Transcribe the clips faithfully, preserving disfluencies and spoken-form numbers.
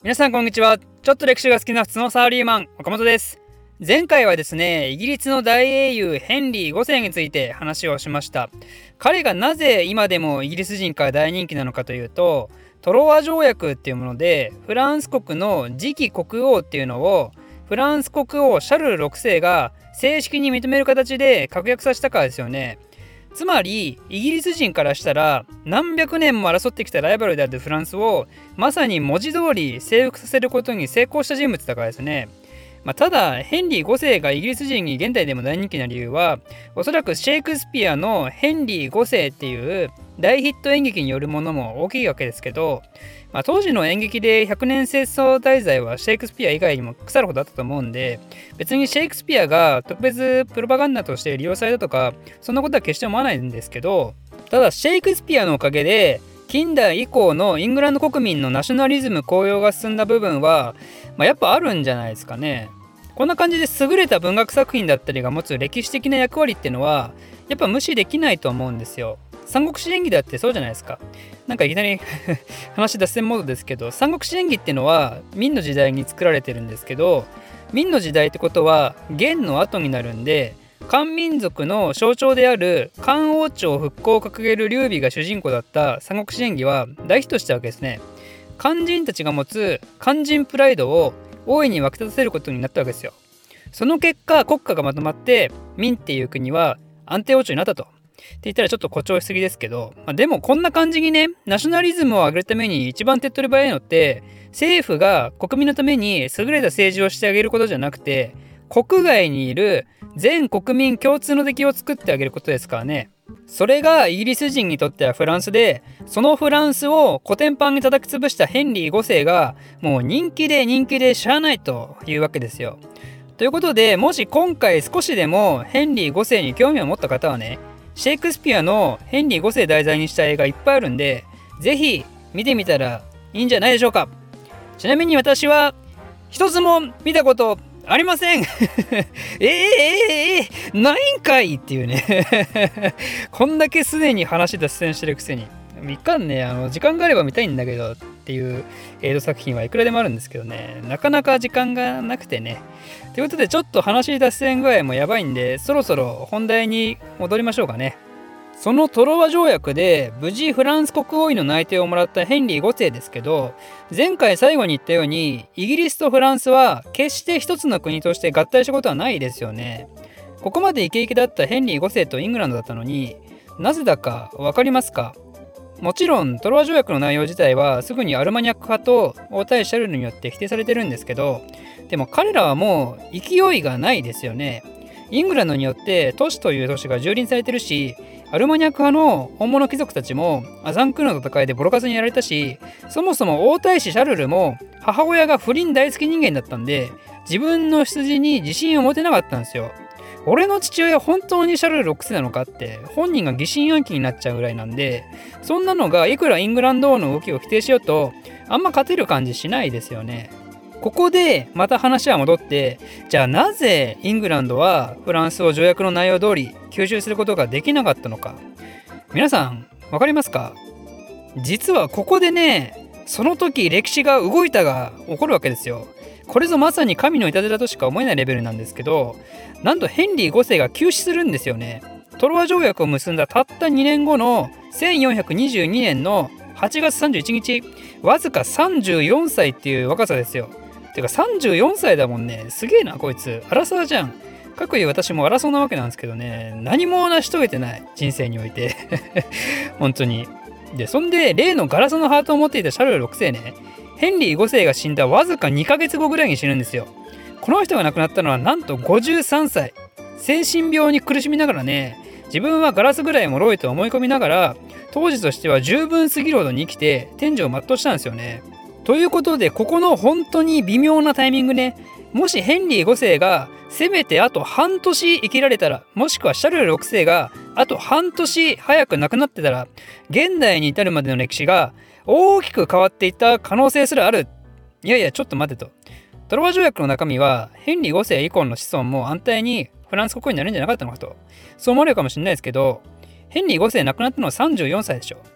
皆さんこんにちは。ちょっと歴史が好きな普通のサラリーマン岡本です。前回はですね、イギリスの大英雄ヘンリーごせいについて話をしました。彼がなぜ今でもイギリス人から大人気なのかというと、トロワ条約っていうものでフランス国の次期国王っていうのをフランス国王シャルルろくせいが正式に認める形で確約させたからですよね。つまりイギリス人からしたら何百年も争ってきたライバルであるフランスをまさに文字通り征服させることに成功した人物だからですね。まあ、ただヘンリーごせいがイギリス人に現代でも大人気な理由はおそらくシェイクスピアのヘンリーごせいっていう大ヒット演劇によるものも大きいわけですけど、まあ、当時の演劇でひゃくねん戦争題材はシェイクスピア以外にも腐るほどあったと思うんで、別にシェイクスピアが特別プロパガンダとして利用されたとかそんなことは決して思わないんですけど、ただシェイクスピアのおかげで近代以降のイングランド国民のナショナリズム高揚が進んだ部分は、まあ、やっぱあるんじゃないですかね。こんな感じで優れた文学作品だったりが持つ歴史的な役割っていうのはやっぱ無視できないと思うんですよ。三国志演義だってそうじゃないですか。なんかいきなり話脱線モードですけど、三国志演義っていうのは明の時代に作られてるんですけど、明の時代ってことは元の後になるんで、漢民族の象徴である漢王朝復興を掲げる劉備が主人公だった三国志演義は大ヒットしたわけですね。漢人たちが持つ漢人プライドを大いに沸き立たせることになったわけですよ。その結果国家がまとまって明っていう国は安定王朝になったと。って言ったらちょっと誇張しすぎですけど、まあ、でもこんな感じにね、ナショナリズムを上げるために一番手っ取り早いのって政府が国民のために優れた政治をしてあげることじゃなくて、国外にいる全国民共通の敵を作ってあげることですからね。それがイギリス人にとってはフランスで、そのフランスをコテンパンに叩き潰したヘンリーごせいがもう人気で人気でしゃあないというわけですよ。ということで、もし今回少しでもヘンリーごせいに興味を持った方はね、シェイクスピアのヘンリーごせい題材にした映画いっぱいあるんで、ぜひ見てみたらいいんじゃないでしょうか。ちなみに私は一つも見たことありませんえー、えー、えー、ないんかいっていうねこんだけすでに話脱線してるくせに、みかんね、あの時間があれば見たいんだけどっていう映像作品はいくらでもあるんですけどね、なかなか時間がなくてね。ということでちょっと話脱線具合もやばいんで、そろそろ本題に戻りましょうかね。そのトロワ条約で無事フランス国王位の内定をもらったヘンリーごせいですけど、前回最後に言ったようにイギリスとフランスは決して一つの国として合体したことはないですよね。ここまでイケイケだったヘンリーごせいとイングランドだったのに、なぜだか分かりますか？もちろんトロワ条約の内容自体はすぐにアルマニャック派と王太子シャルルによって否定されてるんですけど、でも彼らはもう勢いがないですよね。イングランドによって都市という都市が蹂躙されてるし、アルマニャック派の本物貴族たちもアザンクールの戦いでボロカスにやられたし、そもそも王太子シャルルも母親が不倫大好き人間だったんで、自分の出自に自信を持てなかったんですよ。俺の父親本当にシャルルろくせいなのかって本人が疑心暗鬼になっちゃうぐらいなんで、そんなのがいくらイングランド王の動きを否定しようとあんま勝てる感じしないですよね。ここでまた話は戻って、じゃあなぜイングランドはフランスを条約の内容通り吸収することができなかったのか。皆さんわかりますか？実はここでね、その時歴史が動いたが起こるわけですよ。これぞまさに神のいたずらとしか思えないレベルなんですけど、なんとヘンリーごせいが急死するんですよね。トロワ条約を結んだたったにねんごのせんよんひゃくにじゅうにねんのはちがつさんじゅういちにち、わずかさんじゅうよんさいっていう若さですよ。てかさんじゅうよんさいだもんね。すげえなこいつ。アラサーじゃん。かくいう私もアラサーなわけなんですけどね、何も成し遂げてない人生において本当に。でそんで例のガラスのハートを持っていたシャルルろくせいね、ヘンリーごせいが死んだわずかにかげつごぐらいに死ぬんですよ。この人が亡くなったのはなんとごじゅうさんさい。精神病に苦しみながらね、自分はガラスぐらい脆いと思い込みながら、当時としては十分すぎるほどに生きて天寿を全うしたんですよね。ということで、ここの本当に微妙なタイミングね、もしヘンリーごせいがせめてあと半年生きられたら、もしくはシャルルろくせいがあと半年早く亡くなってたら、現代に至るまでの歴史が大きく変わっていった可能性すらある。いやいやちょっと待てと。トロワ条約の中身はヘンリーごせい以降の子孫も安泰にフランス国王になるんじゃなかったのかと、そう思われるかもしれないですけど、ヘンリーごせい亡くなったのはさんじゅうよんさいでしょ。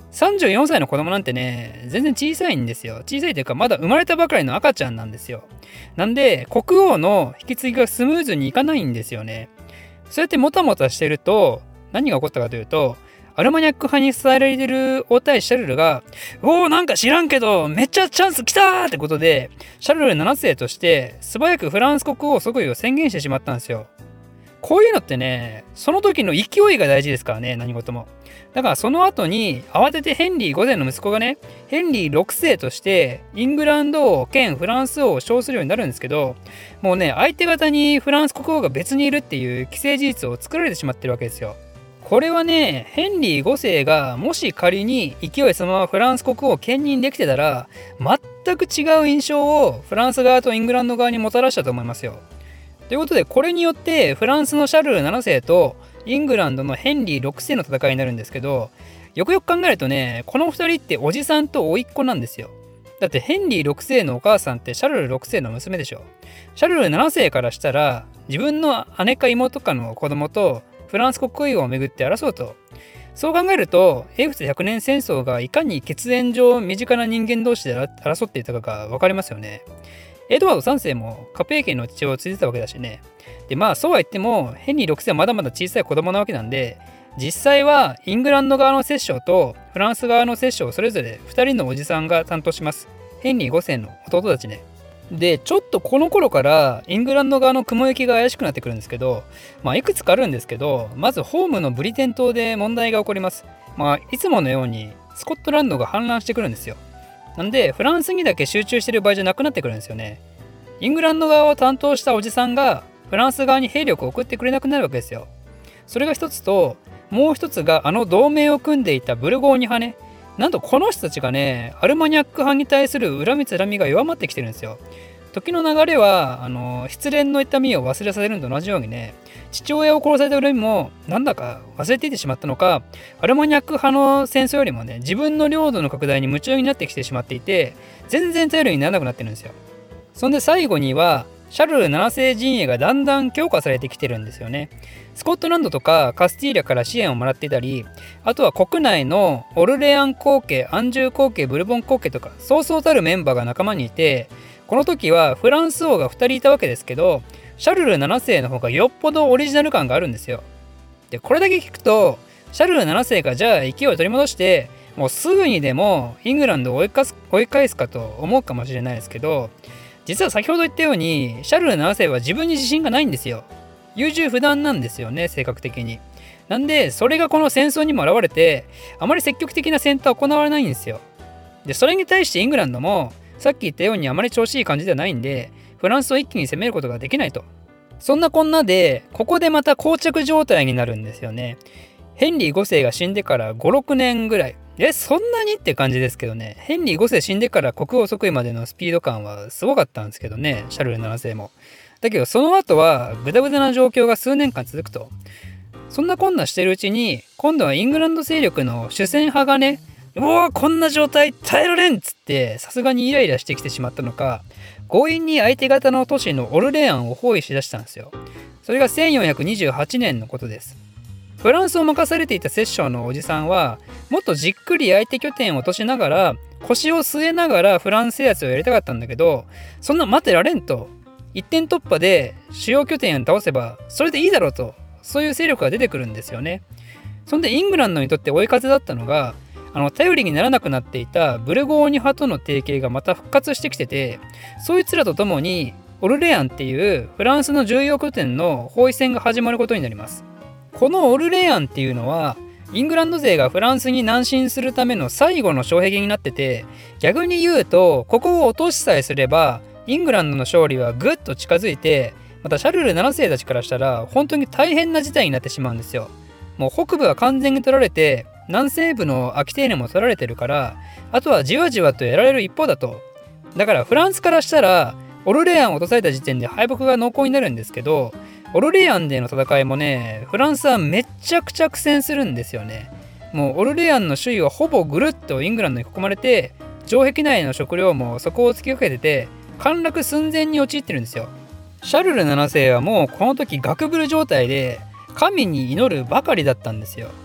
さんじゅうよんさいの子供なんてね、全然小さいんですよ。小さいというか、まだ生まれたばかりの赤ちゃんなんですよ。なんで、国王の引き継ぎがスムーズにいかないんですよね。そうやってもたもたしてると、何が起こったかというと、アルマニャック派に伝えられてる王太子シャルルが、おーなんか知らんけど、めっちゃチャンス来たーってことで、シャルルななせいとして素早くフランス国王即位を宣言してしまったんですよ。こういうのってね、その時の勢いが大事ですからね、何事も。だからその後に慌ててヘンリーごせいの息子がね、ヘンリーろくせいとしてイングランド王兼フランス王を称するようになるんですけど、もうね、相手方にフランス国王が別にいるっていう既成事実を作られてしまってるわけですよ。これはね、ヘンリーごせいがもし仮に勢いそのままフランス国王を兼任できてたら、全く違う印象をフランス側とイングランド側にもたらしたと思いますよ。ということで、これによってフランスのシャルルななせいとイングランドのヘンリーろくせいの戦いになるんですけど、よくよく考えるとね、このふたりっておじさんと甥っ子なんですよ。だってヘンリーろくせいのお母さんってシャルルろくせいの娘でしょ。シャルルななせいからしたら、自分の姉か妹かの子供とフランス国王をめぐって争うと。そう考えると、英仏ひゃくねん戦争がいかに血縁上身近な人間同士で争っていたかが分かりますよね。エドワードさんせいもカペー家の父親を継いでたわけだしね。で、まあそうは言っても、ヘンリーろくせいはまだまだ小さい子供なわけなんで、実際はイングランド側の摂政とフランス側の摂政をそれぞれふたりのおじさんが担当します。ヘンリーごせいの弟たちね。で、ちょっとこの頃からイングランド側の雲行きが怪しくなってくるんですけど、まあいくつかあるんですけど、まずホームのブリテン島で問題が起こります。まあいつものようにスコットランドが反乱してくるんですよ。なんでフランスにだけ集中してる場合じゃなくなってくるんですよね。イングランド側を担当したおじさんがフランス側に兵力を送ってくれなくなるわけですよ。それが一つと、もう一つがあの同盟を組んでいたブルゴーニ派ね。なんとこの人たちがね、アルマニャック派に対する恨みつらみが弱まってきてるんですよ。時の流れはあの失恋の痛みを忘れさせるのと同じようにね、父親を殺された恨みもなんだか忘れていてしまったのか、アルマニャック派の戦争よりもね、自分の領土の拡大に夢中になってきてしまっていて、全然頼りにならなくなってるんですよ。そんで最後にはシャルルななせい陣営がだんだん強化されてきてるんですよね。スコットランドとかカスティーリャから支援をもらっていたり、あとは国内のオルレアン皇家、アンジュー皇家、ブルボン皇家とかそうそうたるメンバーが仲間にいて、この時はフランス王がふたりいたわけですけど、シャルルななせいの方がよっぽどオリジナル感があるんですよ。で、これだけ聞くと、シャルルななせいがじゃあ勢いを取り戻して、もうすぐにでもイングランドを追いかす追い返すかと思うかもしれないですけど、実は先ほど言ったように、シャルルななせいは自分に自信がないんですよ。優柔不断なんですよね、性格的に。なんで、それがこの戦争にも現れて、あまり積極的な戦闘は行われないんですよ。で、それに対してイングランドも、さっき言ったようにあまり調子いい感じではないんで、フランスを一気に攻めることができないと。そんなこんなで、ここでまた膠着状態になるんですよね。ヘンリーごせいが死んでからご、ろくねんぐらい。え、そんなにって感じですけどね。ヘンリーごせい死んでから国王即位までのスピード感はすごかったんですけどね、シャルルななせいも。だけどその後はグダグダな状況が数年間続くと。そんなこんなしてるうちに、今度はイングランド勢力の主戦派がね、うおーこんな状態耐えられんっつってさすがにイライラしてきてしまったのか、強引に相手方の都市のオルレアンを包囲しだしたんですよ。それがせんよんひゃくにじゅうはちねんのことです。フランスを任されていた摂政のおじさんは、もっとじっくり相手拠点を落としながら、腰を据えながらフランス制圧をやりたかったんだけど、そんな待ってられんと。一点突破で主要拠点を倒せばそれでいいだろうと、そういう勢力が出てくるんですよね。そんでイングランドにとって追い風だったのが、あの頼りにならなくなっていたブルゴーニュ派との提携がまた復活してきてて、そいつらとともにオルレアンっていうフランスの重要拠点の包囲戦が始まることになります。このオルレアンっていうのはイングランド勢がフランスに南進するための最後の障壁になってて、逆に言うとここを落としさえすればイングランドの勝利はぐっと近づいて、またシャルルななせいたちからしたら本当に大変な事態になってしまうんですよ。もう北部は完全に取られて、南西部のアキテーネも取られてるから、あとはじわじわとやられる一方だと。だからフランスからしたらオルレアンを落とされた時点で敗北が濃厚になるんですけど、オルレアンでの戦いもね、フランスはめっちゃくちゃ苦戦するんですよね。もうオルレアンの周囲はほぼぐるっとイングランドに囲まれて、城壁内の食料もそこを突きかけてて、陥落寸前に陥ってるんですよ。シャルルななせいはもうこの時ガクブル状態で神に祈るばかりだったんですよ。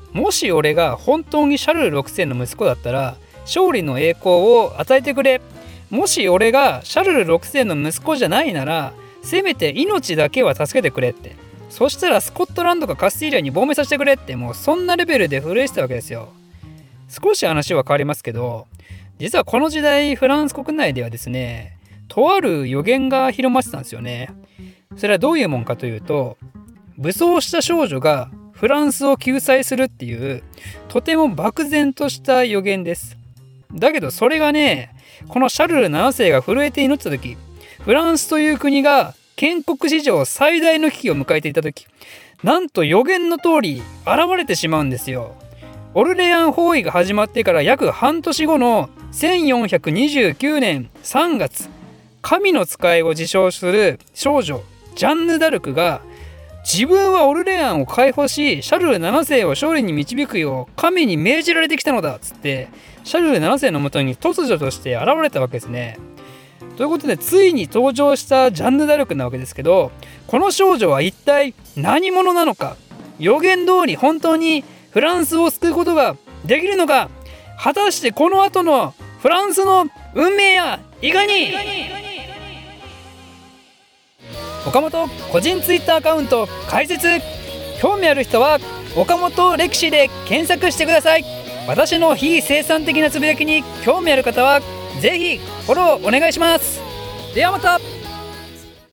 もし俺が本当にシャルルろくせんの息子だったら勝利の栄光を与えてくれ。もし俺がシャルルろくせんの息子じゃないならせめて命だけは助けてくれって。そしたらスコットランドかカスティーリャに亡命させてくれって、もうそんなレベルで震えてたわけですよ。少し話は変わりますけど、実はこの時代フランス国内ではですね、とある予言が広まってたんですよね。それはどういうもんかというと、武装した少女がフランスを救済するっていうとても漠然とした予言です。だけどそれがね、このシャルルななせいが震えて祈った時、フランスという国が建国史上最大の危機を迎えていた時、なんと予言の通り現れてしまうんですよ。オルレアン包囲が始まってから約半年後のせんよんひゃくにじゅうきゅうねんさんがつ、神の使いを自称する少女ジャンヌ・ダルクが自分はオルレアンを解放しシャルルななせいを勝利に導くよう神に命じられてきたのだっつってシャルルななせいのもとに突如として現れたわけですね。ということでついに登場したジャンヌ・ダルクなわけですけど、この少女は一体何者なのか、予言通り本当にフランスを救うことができるのか、果たしてこの後のフランスの運命やいかに。岡本個人ツイッターアカウント開設。興味ある人は岡本歴史で検索してください。私の非生産的なつぶやきに興味ある方はぜひフォローお願いします。ではまた。